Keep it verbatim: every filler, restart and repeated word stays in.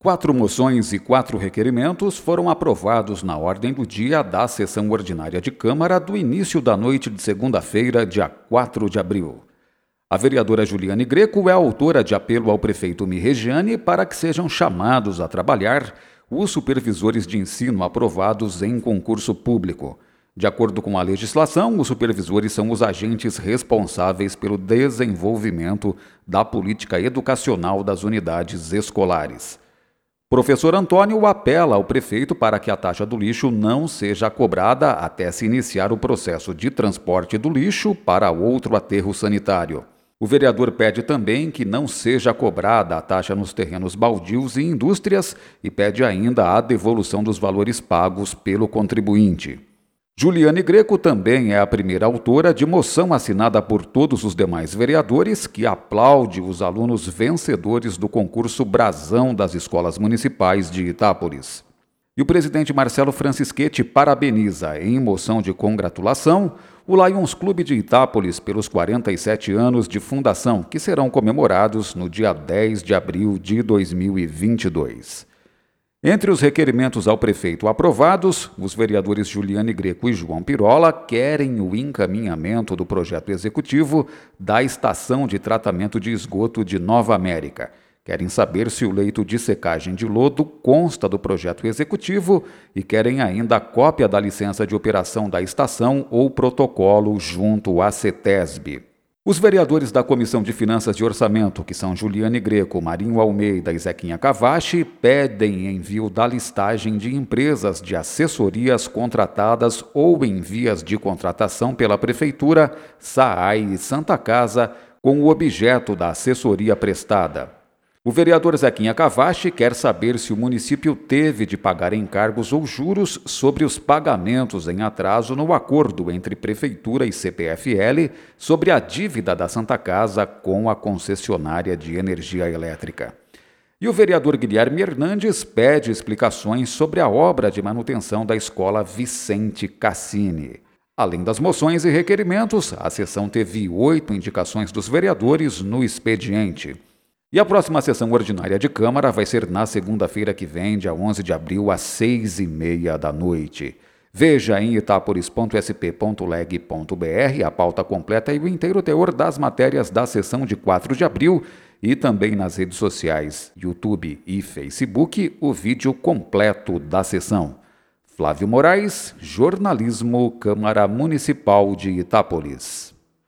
Quatro moções e quatro requerimentos foram aprovados na ordem do dia da sessão ordinária de Câmara do início da noite de segunda-feira, dia quatro de abril. A vereadora Juliane Greco é autora de apelo ao prefeito Miregiane para que sejam chamados a trabalhar os supervisores de ensino aprovados em concurso público. De acordo com a legislação, os supervisores são os agentes responsáveis pelo desenvolvimento da política educacional das unidades escolares. Professor Antônio apela ao prefeito para que a taxa do lixo não seja cobrada até se iniciar o processo de transporte do lixo para outro aterro sanitário. O vereador pede também que não seja cobrada a taxa nos terrenos baldios e indústrias e pede ainda a devolução dos valores pagos pelo contribuinte. Juliane Greco também é a primeira autora de moção assinada por todos os demais vereadores que aplaude os alunos vencedores do concurso Brasão das escolas municipais de Itápolis. E o presidente Marcelo Francischetti parabeniza, em moção de congratulação, o Lions Clube de Itápolis pelos quarenta e sete anos de fundação, que serão comemorados no dia dez de abril de dois mil e vinte e dois. Entre os requerimentos ao prefeito aprovados, os vereadores Juliane Greco e João Pirola querem o encaminhamento do projeto executivo da Estação de Tratamento de Esgoto de Nova América. Querem saber se o leito de secagem de lodo consta do projeto executivo e querem ainda a cópia da licença de operação da estação ou protocolo junto à CETESB. Os vereadores da Comissão de Finanças e Orçamento, que são Juliane Greco, Marinho Almeida e Zequinha Cavachi, pedem envio da listagem de empresas de assessorias contratadas ou em vias de contratação pela Prefeitura, SAAI e Santa Casa, com o objeto da assessoria prestada. O vereador Zequinha Cavachi quer saber se o município teve de pagar encargos ou juros sobre os pagamentos em atraso no acordo entre Prefeitura e C P F L sobre a dívida da Santa Casa com a concessionária de energia elétrica. E o vereador Guilherme Hernandes pede explicações sobre a obra de manutenção da escola Vicente Cassini. Além das moções e requerimentos, a sessão teve oito indicações dos vereadores no expediente. E a próxima sessão ordinária de Câmara vai ser na segunda-feira que vem, dia onze de abril, às seis e meia da noite. Veja em itapolis ponto s p ponto leg ponto b r a pauta completa e o inteiro teor das matérias da sessão de quatro de abril e também nas redes sociais, YouTube e Facebook, o vídeo completo da sessão. Flávio Moraes, Jornalismo, Câmara Municipal de Itápolis.